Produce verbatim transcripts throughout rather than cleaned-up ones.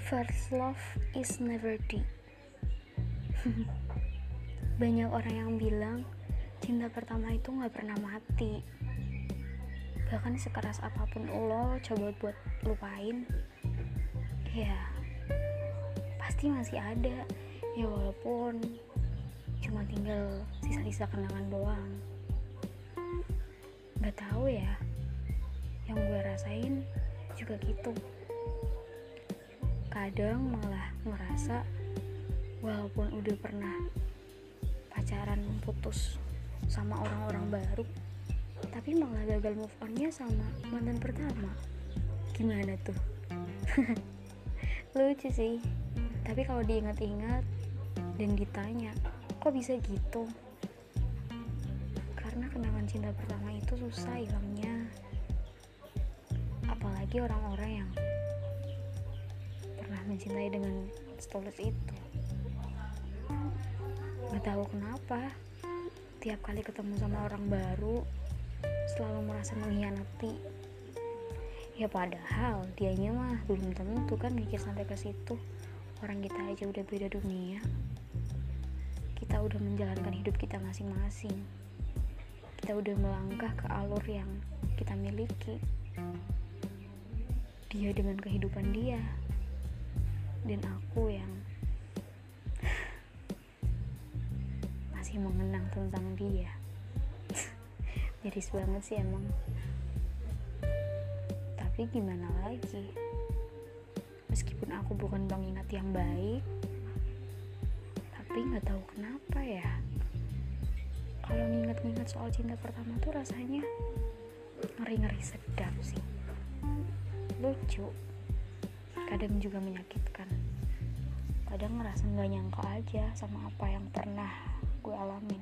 First love is never deep. Banyak orang yang bilang cinta pertama itu gak pernah mati. Bahkan sekeras apapun lo coba buat lupain, ya pasti masih ada. Ya walaupun cuma tinggal sisa-sisa kenangan doang. Gak tahu ya, yang gue rasain juga gitu. Kadang malah ngerasa walaupun udah pernah pacaran putus sama orang-orang baru, tapi malah gagal move on-nya sama mantan pertama. Gimana tuh? Lucu sih. Tapi kalau diingat-ingat dan ditanya, kok bisa gitu? Karena kenangan cinta pertama itu susah hilangnya. Apalagi orang-orang yang pernah mencintai dengan setulus itu. Gak tahu kenapa tiap kali ketemu sama orang baru selalu merasa mengkhianati. Ya padahal dianya mah belum tentu kan mikir sampai ke situ. Orang kita aja udah beda dunia. Kita udah menjalankan hidup kita masing-masing. Kita udah melangkah ke alur yang kita miliki. Dia dengan kehidupan dia, dan aku yang masih mengenang tentang dia. Miris banget sih emang. Tapi gimana lagi? Meskipun aku bukan pengingat yang baik, tapi gak tahu kenapa ya, kalau nginget-nginget soal cinta pertama tuh rasanya ngeri-ngeri sedap sih. Lucu, kadang juga menyakitkan. Kadang ngerasa gak nyangka aja sama apa yang pernah gue alamin.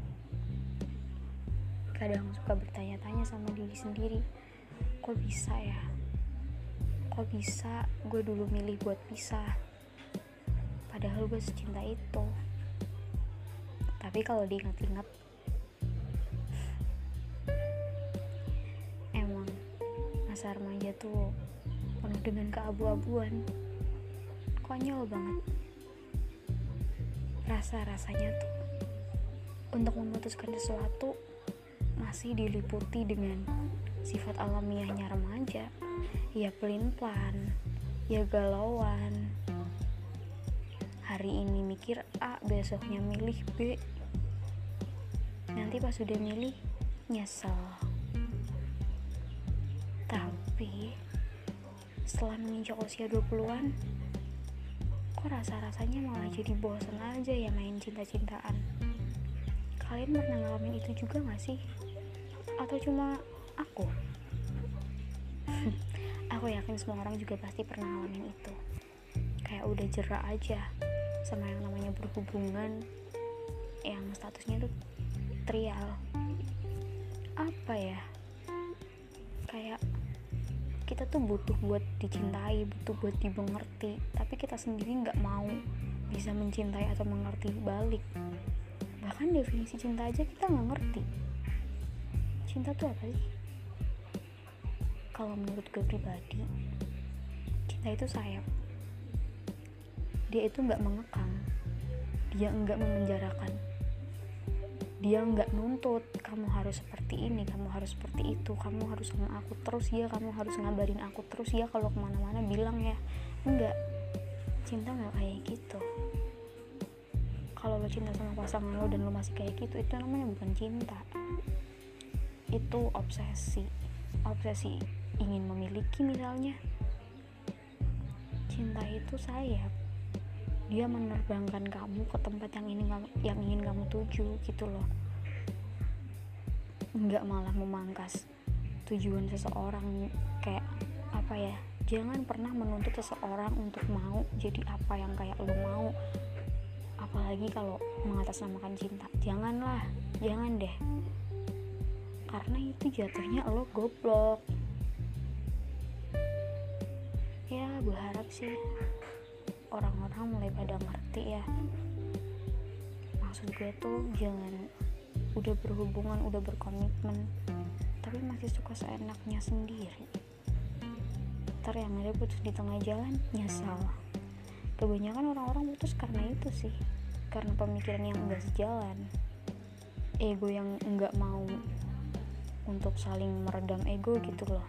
Kadang suka bertanya-tanya sama diri sendiri, kok bisa ya? Kok bisa gue dulu milih buat pisah? Padahal gue secinta itu. Tapi kalau diingat-ingat, emang masa remaja tuh penuh dengan keabu-abuan. Konyol banget. Rasa-rasanya tuh untuk memutuskan sesuatu masih diliputi dengan sifat alamiahnya remaja. Ya pelin-pelan, ya galauan. Hari ini mikir A, besoknya milih B. Nanti pas udah milih, nyesel. Tapi setelah menginjak usia dua puluhan, kok rasa-rasanya malah jadi bosan aja ya main cinta-cintaan. Kalian pernah ngalamin itu juga gak sih? Atau cuma aku? Aku yakin semua orang juga pasti pernah ngalamin itu. Kayak udah jerak aja sama yang namanya berhubungan yang statusnya tuh trial. Apa ya, kayak kita tuh butuh buat dicintai, butuh buat dimengerti, tapi kita sendiri gak mau bisa mencintai atau mengerti balik. Bahkan definisi cinta aja kita gak ngerti. Cinta tuh apa sih? Kalau menurut gue pribadi, cinta itu sayap. Dia itu gak mengekang, dia enggak memenjarakan, dia enggak nuntut kamu harus seperti ini, kamu harus seperti itu, kamu harus sama aku terus ya, kamu harus ngabarin aku terus ya, kalau kemana-mana bilang ya. Enggak, cinta gak kayak gitu. Kalau lo cinta sama pasangan lo dan lo masih kayak gitu, itu namanya bukan cinta, itu obsesi. Obsesi ingin memiliki misalnya. Cinta itu sayap, dia menerbangkan kamu ke tempat yang ingin kamu, yang ingin kamu tuju gitu loh. Enggak malah memangkas tujuan seseorang. Kayak apa ya, jangan pernah menuntut seseorang untuk mau jadi apa yang kayak lo mau. Apalagi kalau mengatasnamakan cinta, janganlah, jangan deh, karena itu jatuhnya lo goblok. Ya gue harap sih orang-orang mulai pada ngerti ya. Maksud gue tuh jangan udah berhubungan, udah berkomitmen, tapi masih suka seenaknya sendiri. Ntar yang ada putus di tengah jalan, nyesal. Kebanyakan orang-orang putus karena itu sih, karena pemikiran yang enggak sejalan, ego yang enggak mau untuk saling meredam ego gitu loh.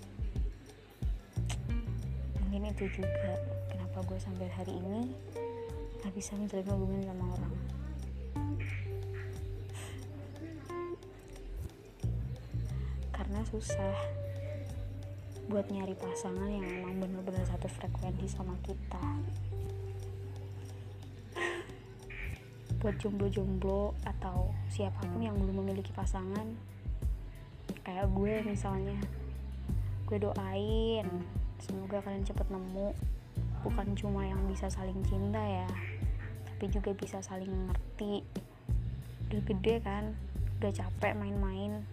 Mungkin itu juga kenapa gue sampai hari ini gak bisa menjalin hubungan sama orang. Karena susah buat nyari pasangan yang emang bener-bener satu frekuensi sama kita. Buat jomblo-jomblo atau siapapun yang belum memiliki pasangan, kayak gue misalnya, gue doain semoga kalian cepet nemu, bukan cuma yang bisa saling cinta ya, tapi juga bisa saling ngerti. Udah gede kan, udah capek main-main,